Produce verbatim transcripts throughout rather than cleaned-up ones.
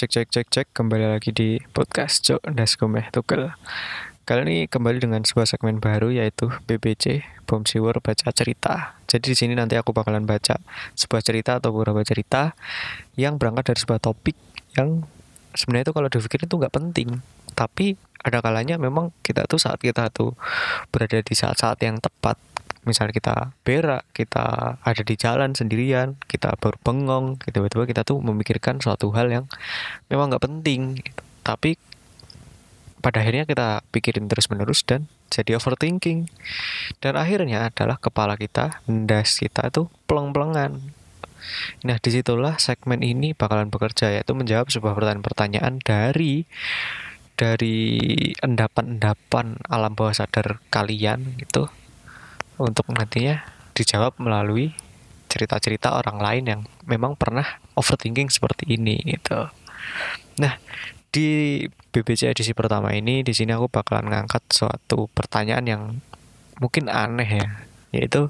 Cek cek cek cek kembali lagi di podcast Cok Daskomeh Tukel. Kali ini kembali dengan sebuah segmen baru yaitu B B C Bom Siwur Baca Cerita. Jadi di sini nanti aku bakalan baca sebuah cerita atau beberapa cerita yang berangkat dari sebuah topik yang sebenarnya itu kalau dipikirin itu nggak penting, tapi ada kalanya memang kita tuh saat kita tuh berada di saat-saat yang tepat. Misalnya kita berak, kita ada di jalan sendirian, kita baru bengong, gitu, tiba-tiba kita tuh memikirkan suatu hal yang memang nggak penting, gitu. Tapi pada akhirnya kita pikirin terus-menerus dan jadi overthinking. Dan akhirnya adalah kepala kita, ndas kita tuh peleng-pelengan. Nah, disitulah segmen ini bakalan bekerja, yaitu menjawab sebuah pertanyaan-pertanyaan dari dari endapan-endapan alam bawah sadar kalian gitu, untuk nantinya dijawab melalui cerita-cerita orang lain yang memang pernah overthinking seperti ini gitu. Nah, di B B C edisi pertama ini, di sini aku bakalan ngangkat suatu pertanyaan yang mungkin aneh ya, yaitu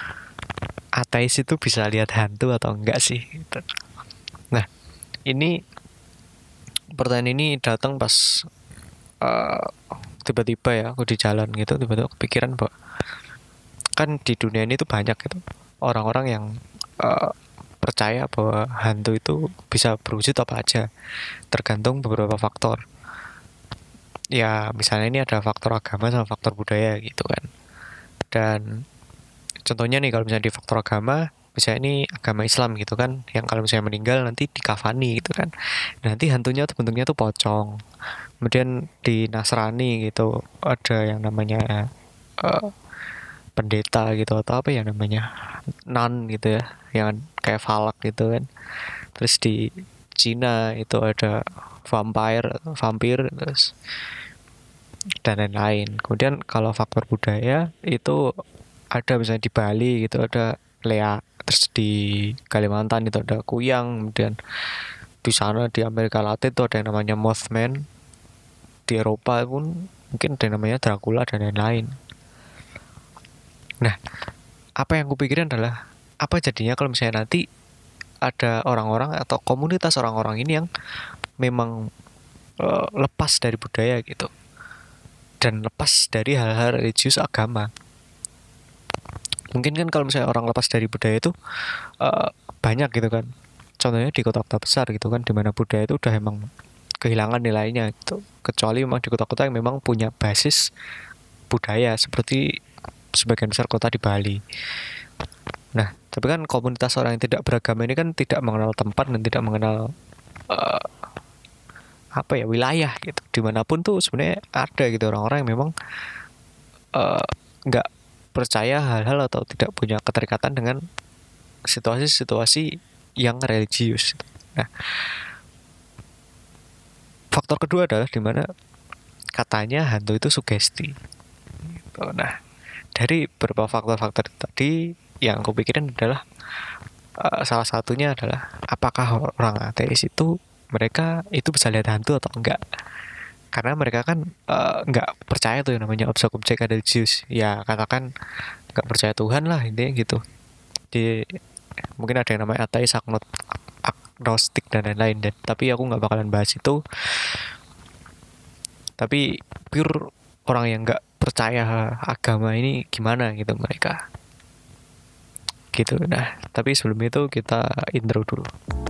ateis itu bisa lihat hantu atau enggak sih gitu. Nah, ini pertanyaan ini datang pas uh, tiba-tiba ya aku di jalan gitu, tiba-tiba kepikiran bahwa kan di dunia ini tuh banyak gitu orang-orang yang uh, percaya bahwa hantu itu bisa berwujud apa aja, tergantung beberapa faktor. Ya misalnya ini ada faktor agama sama faktor budaya gitu kan. Dan contohnya nih, kalau misalnya di faktor agama, misalnya ini agama Islam gitu kan, yang kalau misalnya meninggal nanti dikafani gitu kan, nanti hantunya tuh bentuknya tuh pocong. Kemudian di Nasrani gitu ada yang namanya uh, pendeta gitu, atau apa ya namanya, nun gitu ya, yang kayak falak gitu kan. Terus di Cina itu ada vampire vampir terus dan lain-lain. Kemudian kalau faktor budaya itu ada misalnya di Bali gitu ada Lea, terus di Kalimantan itu ada Kuyang, kemudian di sana di Amerika Latin itu ada yang namanya Mothman, di Eropa pun mungkin ada yang namanya Dracula dan lain-lain. Nah, apa yang kupikirin adalah apa jadinya kalau misalnya nanti ada orang-orang atau komunitas orang-orang ini yang memang uh, lepas dari budaya gitu, dan lepas dari hal-hal religius agama. Mungkin kan kalau misalnya orang lepas dari budaya itu uh, banyak gitu kan. Contohnya di kota-kota besar gitu kan, dimana budaya itu udah emang kehilangan nilainya gitu. Kecuali memang di kota-kota yang memang punya basis budaya seperti sebagian besar kota di Bali. Nah, tapi kan komunitas orang yang tidak beragama ini kan tidak mengenal tempat dan tidak mengenal uh, apa ya, wilayah gitu. Dimanapun tuh sebenarnya ada gitu orang-orang yang memang nggak uh, percaya hal-hal atau tidak punya keterikatan dengan situasi-situasi yang religius. Nah, faktor kedua adalah dimana katanya hantu itu sugesti. Gitu. Nah, dari beberapa faktor-faktor tadi yang aku pikirin adalah uh, salah satunya adalah apakah orang ateis itu mereka itu bisa lihat hantu atau enggak. Karena mereka kan uh, enggak percaya tuh yang namanya objek-objek religius. Ya katakan enggak percaya Tuhan lah intinya gitu. Di mungkin ada yang namanya ateis, agnostik dan lain-lain, dan tapi aku enggak bakalan bahas itu. Tapi pure orang yang enggak percaya agama ini gimana gitu mereka gitu. Nah, tapi sebelum itu kita intro dulu.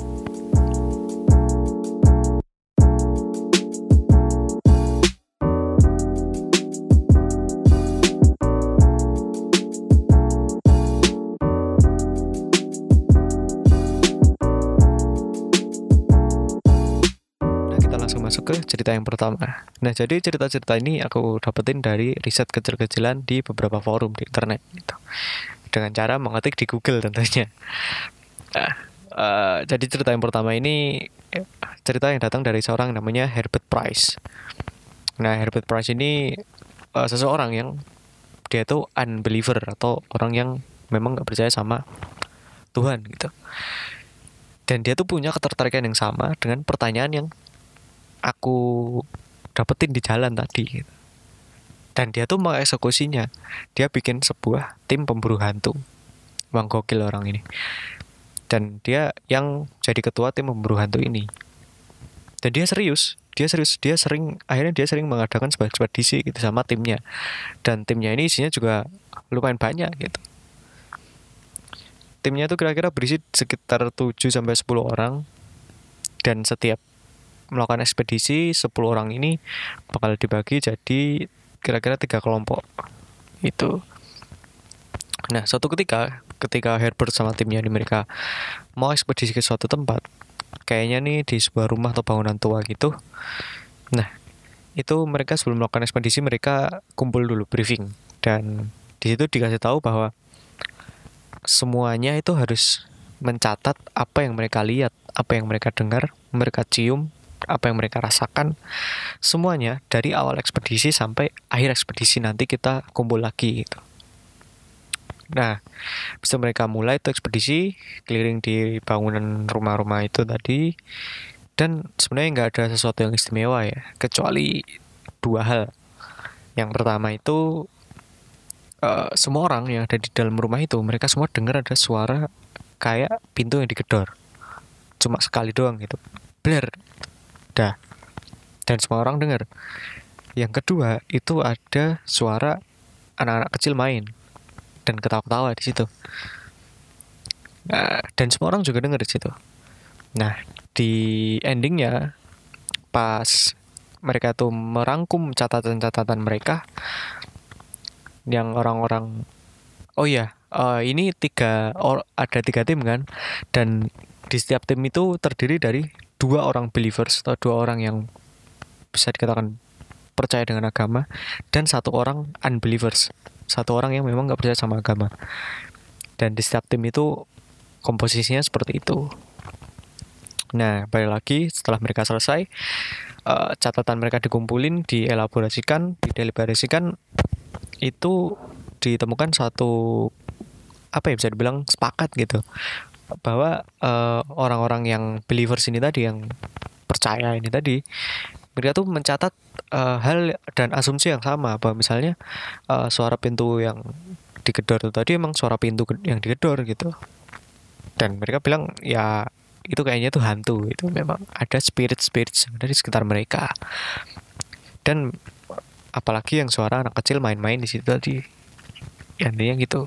Masuk ke cerita yang pertama. Nah, jadi cerita-cerita ini aku dapetin dari riset kecil-kecilan di beberapa forum di internet gitu, dengan cara mengetik di Google tentunya. Nah, uh, jadi cerita yang pertama ini cerita yang datang dari seorang namanya Herbert Price. Nah, Herbert Price ini uh, seseorang yang dia tuh unbeliever atau orang yang memang nggak percaya sama Tuhan gitu. Dan dia tuh punya ketertarikan yang sama dengan pertanyaan yang aku dapetin di jalan tadi gitu. Dan dia tuh mengeksekusinya. Dia bikin sebuah tim pemburu hantu. Wang gokil orang ini. Dan dia yang jadi ketua tim pemburu hantu ini. Dan dia serius, dia serius, dia sering akhirnya dia sering mengadakan sebuah ekspedisi gitu sama timnya. Dan timnya ini isinya juga lumayan banyak gitu. Timnya itu kira-kira berisi sekitar tujuh sampai sepuluh orang. Dan setiap melakukan ekspedisi, sepuluh orang ini bakal dibagi jadi kira-kira tiga kelompok. Itu. Nah, suatu ketika ketika Herbert sama timnya ini mereka mau ekspedisi ke suatu tempat, kayaknya nih di sebuah rumah atau bangunan tua gitu. Nah, itu mereka sebelum melakukan ekspedisi mereka kumpul dulu briefing, dan di situ dikasih tahu bahwa semuanya itu harus mencatat apa yang mereka lihat, apa yang mereka dengar, mereka cium, apa yang mereka rasakan, semuanya dari awal ekspedisi sampai akhir ekspedisi nanti kita kumpul lagi gitu. Nah, bisa mereka mulai tuh ekspedisi keliling di bangunan rumah-rumah itu tadi, dan sebenarnya nggak ada sesuatu yang istimewa ya, kecuali dua hal. Yang pertama itu uh, semua orang yang ada di dalam rumah itu mereka semua dengar ada suara kayak pintu yang digedor, cuma sekali doang gitu, bler, dah, dan semua orang dengar. Yang kedua itu ada suara anak-anak kecil main dan ketawa-ketawa di situ. Nah, dan semua orang juga dengar di situ. Nah, di endingnya pas mereka tuh merangkum catatan-catatan mereka yang orang-orang, oh ya, uh, ini tiga or, ada tiga tim kan, dan di setiap tim itu terdiri dari dua orang believers atau dua orang yang bisa dikatakan percaya dengan agama, dan satu orang unbelievers, satu orang yang memang nggak percaya sama agama. Dan di setiap tim itu komposisinya seperti itu. Nah, balik lagi setelah mereka selesai, uh, catatan mereka dikumpulin, dielaborasikan, dideliberasikan, itu ditemukan satu apa ya, bisa dibilang sepakat gitu, bahwa uh, orang-orang yang believers ini tadi, yang percaya ini tadi, mereka tuh mencatat uh, hal dan asumsi yang sama, bahwa misalnya uh, suara pintu yang digedor itu tadi emang suara pintu yang digedor gitu. Dan mereka bilang ya itu kayaknya tuh hantu, itu memang ada spirit-spirit dari sekitar mereka. Dan apalagi yang suara anak kecil main-main di situ tadi, intinya gitu.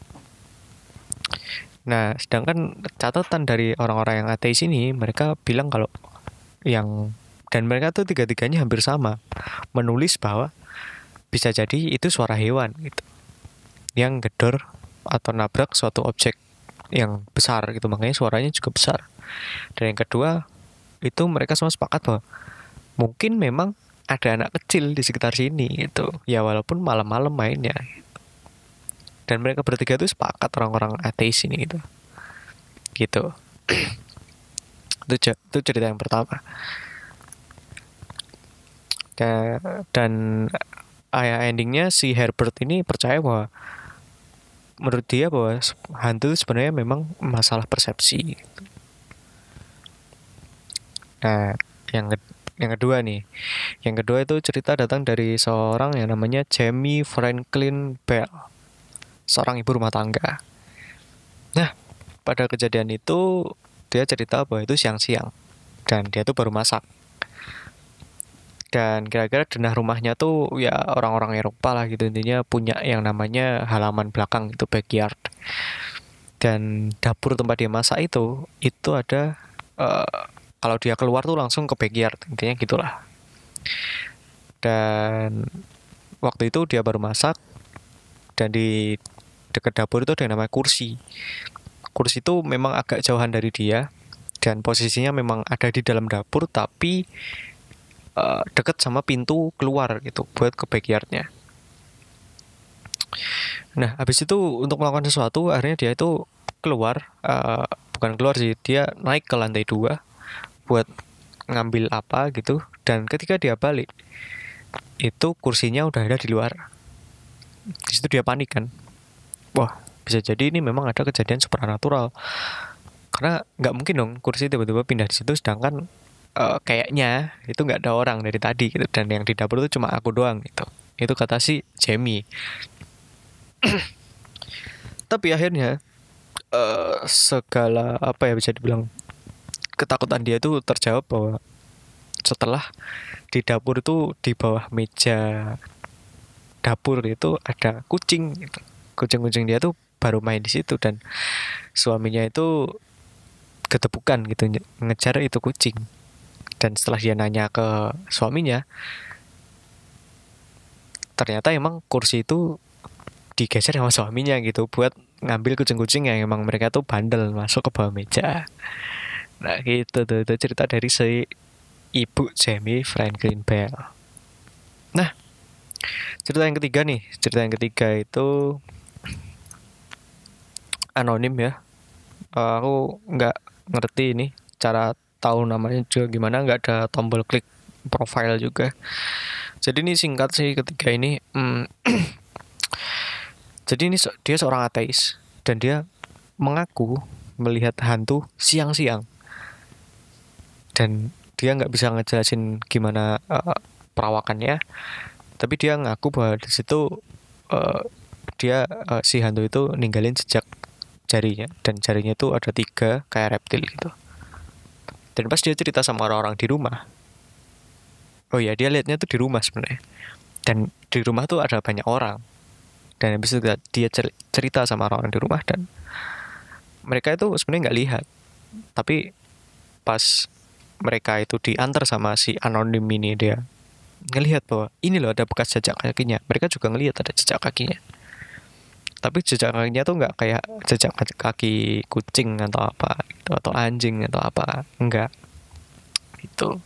Nah, sedangkan catatan dari orang-orang yang ateis ini, mereka bilang kalau yang, dan mereka tuh tiga-tiganya hampir sama, menulis bahwa bisa jadi itu suara hewan gitu, yang gedor atau nabrak suatu objek yang besar gitu, makanya suaranya juga besar. Dan yang kedua itu mereka semua sepakat bahwa mungkin memang ada anak kecil di sekitar sini gitu ya, walaupun malam-malam mainnya. Dan mereka bertiga itu sepakat, orang-orang ateis ini gitu gitu. itu, itu cerita yang pertama. Dan, dan ayah endingnya si Herbert ini percaya bahwa menurut dia bahwa hantu itu sebenarnya memang masalah persepsi. Nah, yang yang kedua nih, yang kedua itu cerita datang dari seorang yang namanya Jamie Franklin Bell, seorang ibu rumah tangga. Nah, pada kejadian itu dia cerita bahwa itu siang-siang dan dia tuh baru masak. Dan kira-kira denah rumahnya tuh ya orang-orang Eropa lah gitu, intinya punya yang namanya halaman belakang, itu backyard. Dan dapur tempat dia masak itu, itu ada, uh, kalau dia keluar tuh langsung ke backyard, intinya gitulah. Dan waktu itu dia baru masak, dan di dekat dapur itu ada yang namanya kursi. Kursi itu memang agak jauhan dari dia, dan posisinya memang ada di dalam dapur, tapi uh, deket sama pintu keluar gitu, buat ke backyardnya. Nah, habis itu untuk melakukan sesuatu, akhirnya dia itu keluar, uh, bukan keluar sih, dia naik ke lantai dua buat ngambil apa gitu. Dan ketika dia balik, itu kursinya udah ada di luar. Di situ dia panik kan, wah bisa jadi ini memang ada kejadian supranatural, karena nggak mungkin dong kursi tiba-tiba pindah di situ, sedangkan uh, kayaknya itu nggak ada orang dari tadi gitu, dan yang di dapur itu cuma aku doang gitu. Itu kata si Jamie. Tapi akhirnya uh, segala apa ya, bisa dibilang ketakutan dia itu terjawab bahwa setelah di dapur itu di bawah meja dapur itu ada kucing gitu. Kucing-kucing dia tuh baru main di situ dan suaminya itu ketepukan gitu ngejar itu kucing. Dan setelah dia nanya ke suaminya, ternyata emang kursi itu digeser sama suaminya gitu buat ngambil kucing-kucing yang emang mereka tuh bandel masuk ke bawah meja. Nah gitu tuh, itu cerita dari si ibu Jamie Franklin Bell. Nah, cerita yang ketiga nih, cerita yang ketiga itu anonim ya. Uh, aku nggak ngerti ini cara tahu namanya juga gimana, nggak ada tombol klik profile juga. Jadi ini singkat sih ketiga ini. Hmm, jadi ini dia seorang ateis dan dia mengaku melihat hantu siang-siang. Dan dia nggak bisa ngejelasin gimana uh, perawakannya, tapi dia ngaku bahwa di situ uh, dia uh, si hantu itu ninggalin jejak jarinya dan jarinya itu ada tiga kayak reptil gitu. Dan pas dia cerita sama orang-orang di rumah, oh ya dia liatnya tuh di rumah sebenarnya. Dan di rumah tuh ada banyak orang. Dan habis itu dia cerita sama orang-orang di rumah dan mereka itu sebenarnya nggak lihat. Tapi pas mereka itu diantar sama si anonim ini, dia ngelihat bahwa ini loh ada bekas jejak kakinya. Mereka juga ngelihat ada jejak kakinya. Tapi jejak kakinya tuh nggak kayak jejak kaki kucing atau apa gitu, atau anjing atau apa, enggak. Itu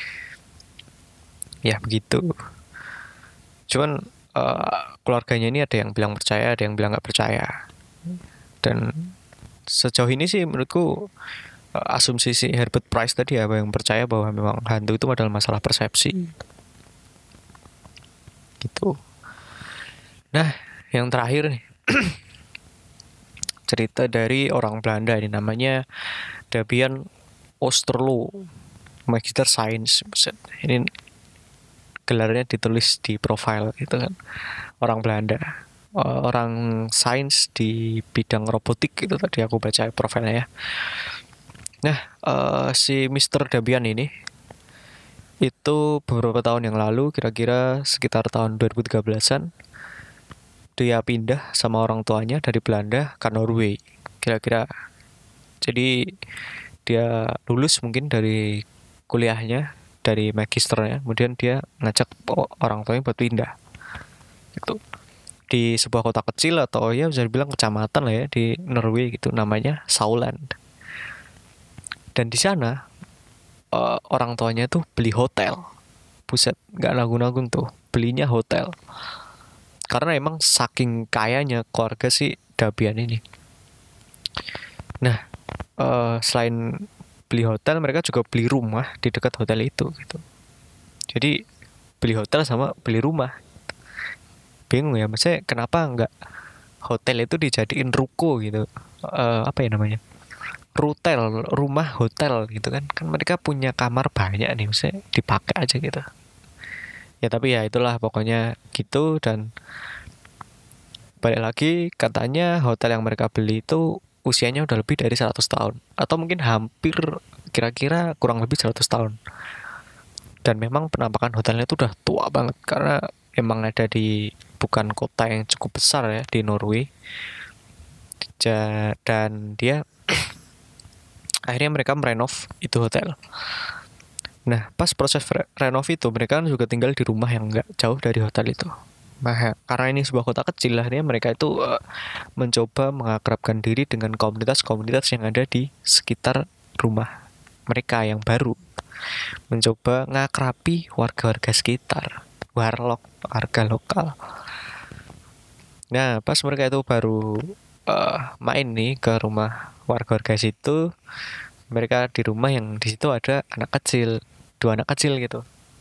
ya begitu. Cuman uh, keluarganya ini ada yang bilang percaya, ada yang bilang nggak percaya. Dan sejauh ini sih menurutku uh, asumsi si Herbert Price tadi apa yang percaya bahwa memang hantu itu adalah masalah persepsi. Gitu. Nah, yang terakhir nih. Cerita dari orang Belanda ini namanya Dabian Oosterloo, Magister Sains. Ini gelarnya ditulis di profile itu kan, orang Belanda, orang sains di bidang robotik itu tadi aku baca profilnya ya. Nah, uh, si mister Dabian ini itu beberapa tahun yang lalu, kira-kira sekitar tahun dua ribu tiga belasan, dia pindah sama orang tuanya dari Belanda ke Norway kira-kira. Jadi dia lulus mungkin dari kuliahnya, dari magisternya, kemudian dia ngajak orang tuanya buat pindah gitu di sebuah kota kecil atau ya bisa dibilang kecamatan lah ya di Norway gitu, namanya Sauland. Dan di sana uh, orang tuanya tuh beli hotel. Buset, nggak nanggung-nanggung tuh belinya hotel. Karena emang saking kayanya keluarga si Dabian ini. Nah, uh, selain beli hotel, mereka juga beli rumah di dekat hotel itu gitu. Jadi beli hotel sama beli rumah. Bingung ya, maksudnya kenapa nggak hotel itu dijadiin ruko gitu? Uh, apa ya namanya? Rutel, rumah hotel gitu kan? Kan mereka punya kamar banyak nih, maksudnya dipakai aja gitu. Ya tapi ya itulah pokoknya gitu. Dan balik lagi, katanya hotel yang mereka beli itu usianya udah lebih dari seratus tahun. Atau mungkin hampir kira-kira kurang lebih seratus tahun. Dan memang penampakan hotelnya itu udah tua banget. Karena emang ada di bukan kota yang cukup besar ya di Norway. Dan dia akhirnya mereka merenov itu hotel. Nah pas proses renov itu mereka juga tinggal di rumah yang gak jauh dari hotel itu. Nah, karena ini sebuah kota kecil, akhirnya mereka itu uh, mencoba mengakrabkan diri dengan komunitas-komunitas yang ada di sekitar rumah mereka yang baru. Mencoba ngakrabi warga-warga sekitar, warlock, warga lokal. Nah, pas mereka itu baru uh, main nih ke rumah warga-warga situ, mereka di rumah yang di situ ada anak kecil, dua anak kecil gitu.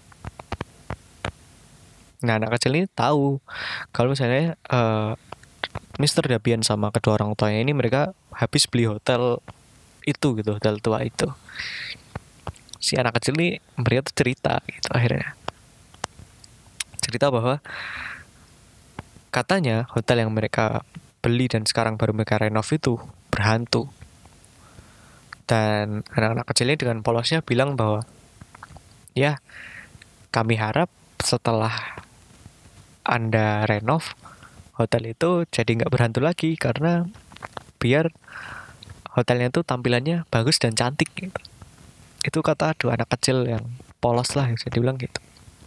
Nah, anak kecil ini tahu kalau misalnya uh, mister Dabian sama kedua orang tuanya ini mereka habis beli hotel itu gitu, hotel tua itu. Si anak kecil ini mereka tuh cerita gitu akhirnya. Cerita bahwa katanya hotel yang mereka beli dan sekarang baru mereka renov itu berhantu. Dan anak-anak kecil ini dengan polosnya bilang bahwa Ya, kami harap setelah Anda renov, hotel itu jadi nggak berhantu lagi, karena biar hotelnya tuh tampilannya bagus dan cantik gitu. Itu kata dua anak kecil yang polos lah, bisa dibilang gitu.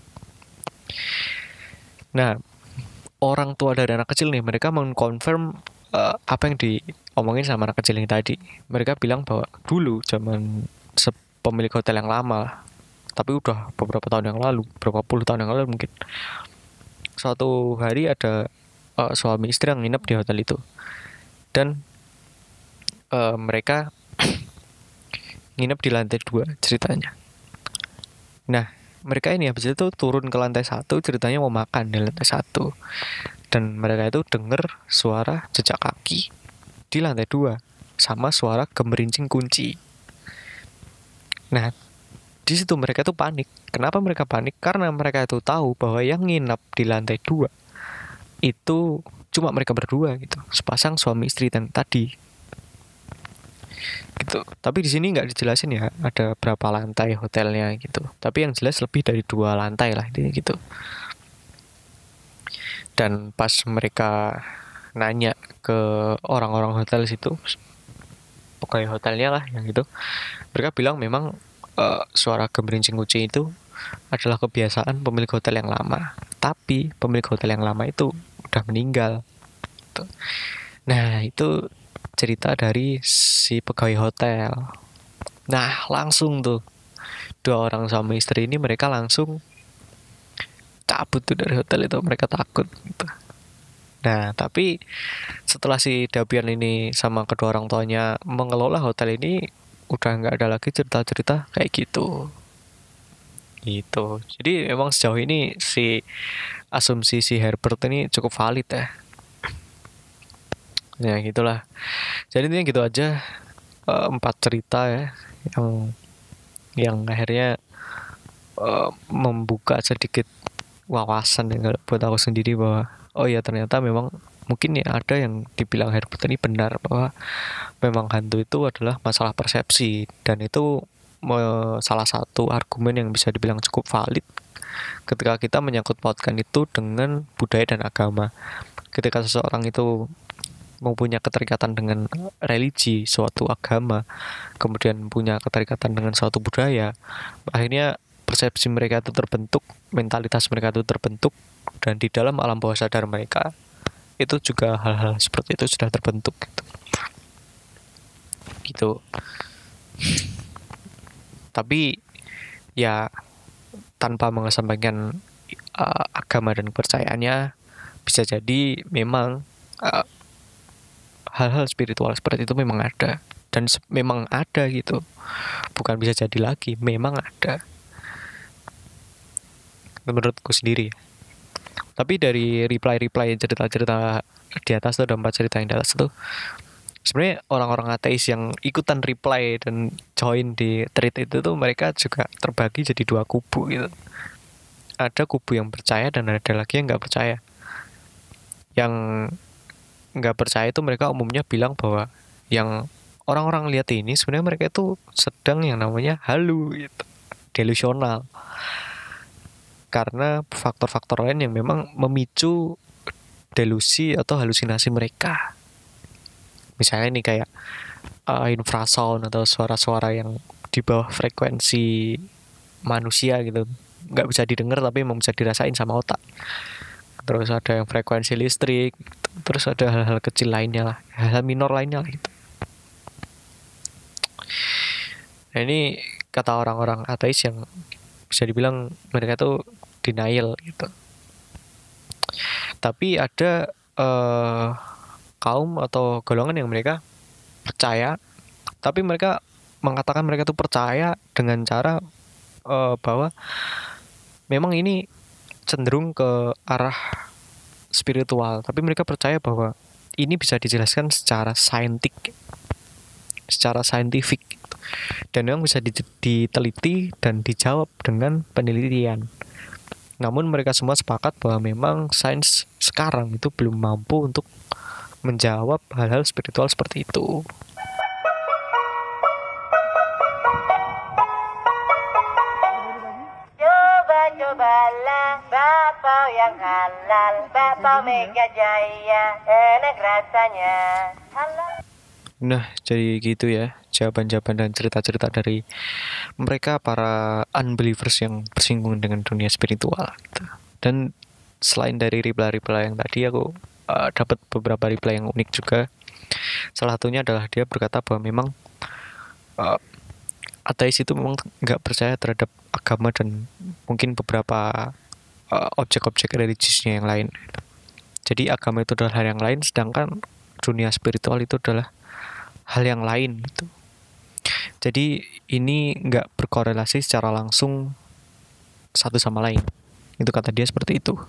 Nah, orang tua dari anak kecil nih, mereka mengkonfirm uh, apa yang diomongin sama anak kecil ini tadi. Mereka bilang bahwa dulu zaman pemilik hotel yang lama, tapi udah beberapa tahun yang lalu, berapa puluh tahun yang lalu mungkin, suatu hari ada uh, suami istri yang nginep di hotel itu, dan uh, mereka nginep di lantai dua ceritanya. Nah, mereka ini habis itu turun ke lantai satu, ceritanya mau makan di lantai satu, dan mereka itu dengar suara jejak kaki di lantai dua sama suara gemerincing kunci. Nah, di situ mereka tuh panik. Kenapa mereka panik? Karena mereka itu tahu bahwa yang nginap di lantai dua itu cuma mereka berdua gitu, sepasang suami istri dan tadi gitu. Tapi di sini nggak dijelasin ya ada berapa lantai hotelnya gitu. Tapi yang jelas lebih dari dua lantai lah gitu. Dan pas mereka nanya ke orang-orang hotel situ, pokoknya hotelnya lah yang gitu, mereka bilang memang uh, suara gemerincing kucing itu adalah kebiasaan pemilik hotel yang lama. Tapi pemilik hotel yang lama itu udah meninggal. Nah, itu cerita dari si pegawai hotel. Nah, langsung tuh dua orang suami istri ini mereka langsung cabut tuh dari hotel itu, mereka takut gitu. Nah, tapi setelah si Dabian ini sama kedua orang tuanya mengelola hotel ini, udah nggak ada lagi cerita-cerita kayak gitu. Gitu. Jadi memang sejauh ini si asumsi si Herbert ini cukup valid ya. Ya gitulah. Jadi intinya gitu aja, uh, empat cerita ya yang yang akhirnya uh, membuka sedikit wawasan ya buat aku sendiri bahwa oh ya ternyata memang mungkin ya ada yang dibilang Herbert ini benar, bahwa memang hantu itu adalah masalah persepsi, dan itu me, salah satu argumen yang bisa dibilang cukup valid ketika kita menyangkut pautkan itu dengan budaya dan agama. Ketika seseorang itu mempunyai keterikatan dengan religi suatu agama, kemudian punya keterikatan dengan suatu budaya, akhirnya persepsi mereka itu terbentuk, mentalitas mereka itu terbentuk, dan di dalam alam bawah sadar mereka itu juga hal-hal seperti itu sudah terbentuk gitu. Gitu. Tapi ya tanpa mengesampingkan uh, agama dan kepercayaannya, bisa jadi memang uh, hal-hal spiritual seperti itu memang ada, dan se- memang ada gitu. Bukan bisa jadi lagi, memang ada. Menurutku sendiri. Tapi dari reply-reply cerita-cerita di atas tuh, ada empat cerita yang di atas tuh, sebenarnya orang-orang ateis yang ikutan reply dan join di thread itu tuh mereka juga terbagi jadi dua kubu gitu. Ada kubu yang percaya dan ada lagi yang nggak percaya. Yang nggak percaya itu mereka umumnya bilang bahwa yang orang-orang lihat ini sebenarnya mereka itu sedang yang namanya halu gitu, delusional, karena faktor-faktor lain yang memang memicu delusi atau halusinasi mereka. Misalnya nih kayak uh, infrasound atau suara-suara yang di bawah frekuensi manusia gitu, nggak bisa didengar tapi memang bisa dirasain sama otak. Terus ada yang frekuensi listrik, terus ada hal-hal kecil lainnya lah, hal-hal minor lainnya lah gitu. Nah ini kata orang-orang ateis yang bisa dibilang mereka tuh denial gitu. Tapi ada uh, kaum atau golongan yang mereka percaya, tapi mereka mengatakan mereka tuh percaya dengan cara uh, bahwa memang ini cenderung ke arah spiritual, tapi mereka percaya bahwa ini bisa dijelaskan secara saintik, secara saintifik, dan memang bisa diteliti dan dijawab dengan penelitian. Namun mereka semua sepakat bahwa memang sains sekarang itu belum mampu untuk menjawab hal-hal spiritual seperti itu. cobalah bakpao yang halal, bakpao Mega Jaya, enak rasanya. Halal. Nah, jadi gitu ya jawaban-jawaban dan cerita-cerita dari mereka para unbelievers yang bersinggungan dengan dunia spiritual gitu. Dan selain dari reply-reply yang tadi, aku uh, dapat beberapa reply yang unik juga. Salah satunya adalah dia berkata bahwa memang uh, ateis itu memang nggak percaya terhadap agama dan mungkin beberapa uh, objek-objek religiusnya yang lain. Jadi agama itu adalah hal yang lain, sedangkan dunia spiritual itu adalah hal yang lain gitu. Jadi ini nggak berkorelasi secara langsung satu sama lain. Itu kata dia seperti itu.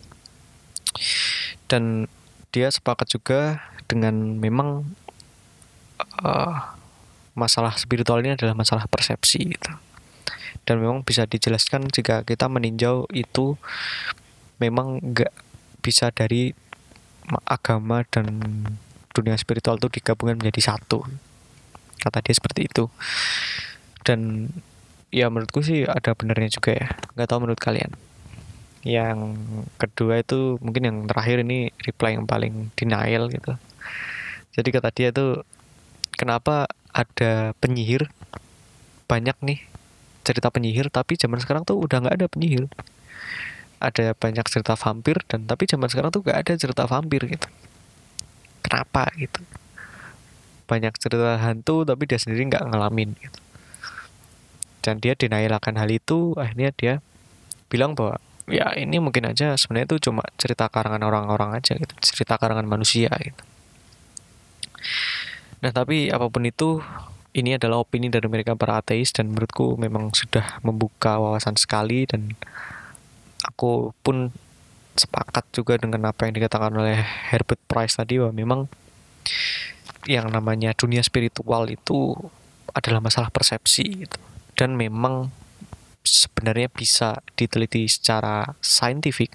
Dan dia sepakat juga dengan memang uh, masalah spiritual ini adalah masalah persepsi gitu. Dan memang bisa dijelaskan jika kita meninjau itu memang nggak bisa dari agama dan dunia spiritual itu digabungkan menjadi satu. Kata dia seperti itu. Dan ya menurutku sih ada benernya juga ya. Nggak tahu menurut kalian. Yang kedua itu mungkin yang terakhir ini reply yang paling denial gitu. Jadi kata dia tuh, kenapa ada penyihir banyak nih cerita penyihir, tapi zaman sekarang tuh udah nggak ada penyihir. Ada banyak cerita vampir, dan tapi zaman sekarang tuh nggak ada cerita vampir gitu. Kenapa gitu? Banyak cerita hantu tapi dia sendiri nggak ngalamin gitu. Dan dia denial akan hal itu. Akhirnya dia bilang bahwa ya ini mungkin aja sebenarnya itu cuma cerita karangan orang-orang aja gitu, cerita karangan manusia gitu. Nah tapi apapun itu, ini adalah opini dari mereka para ateis, dan menurutku memang sudah membuka wawasan sekali, dan aku pun sepakat juga dengan apa yang dikatakan oleh Herbert Price tadi, bahwa memang yang namanya dunia spiritual itu adalah masalah persepsi gitu. Dan memang sebenarnya bisa diteliti secara saintifik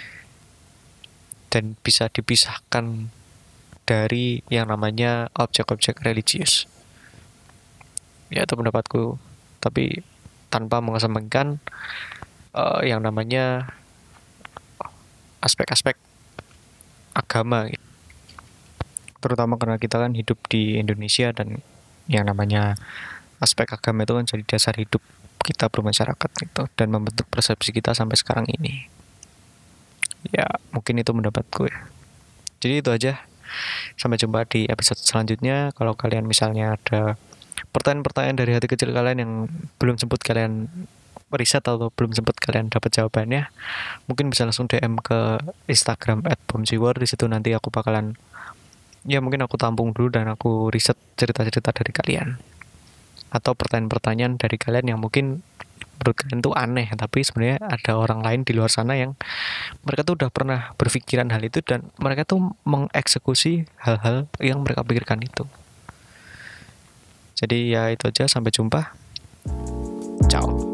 dan bisa dipisahkan dari yang namanya objek-objek religius. Ya itu pendapatku, tapi tanpa mengesampingkan uh, yang namanya aspek-aspek agama gitu. Terutama karena kita kan hidup di Indonesia, dan yang namanya aspek agama itu kan jadi dasar hidup kita bermasyarakat gitu, dan membentuk persepsi kita sampai sekarang ini. Ya mungkin itu pendapatku ya. Jadi itu aja. Sampai jumpa di episode selanjutnya. Kalau kalian misalnya ada pertanyaan-pertanyaan dari hati kecil kalian yang belum sempat kalian riset atau belum sempat kalian dapat jawabannya, mungkin bisa langsung D M ke Instagram at bomsiwar. Di situ nanti aku bakalan, ya mungkin aku tampung dulu dan aku riset cerita-cerita dari kalian atau pertanyaan-pertanyaan dari kalian yang mungkin menurut kalian tuh aneh, tapi sebenarnya ada orang lain di luar sana yang mereka tuh udah pernah berpikiran hal itu, dan mereka tuh mengeksekusi hal-hal yang mereka pikirkan itu. Jadi ya itu aja, sampai jumpa. Ciao.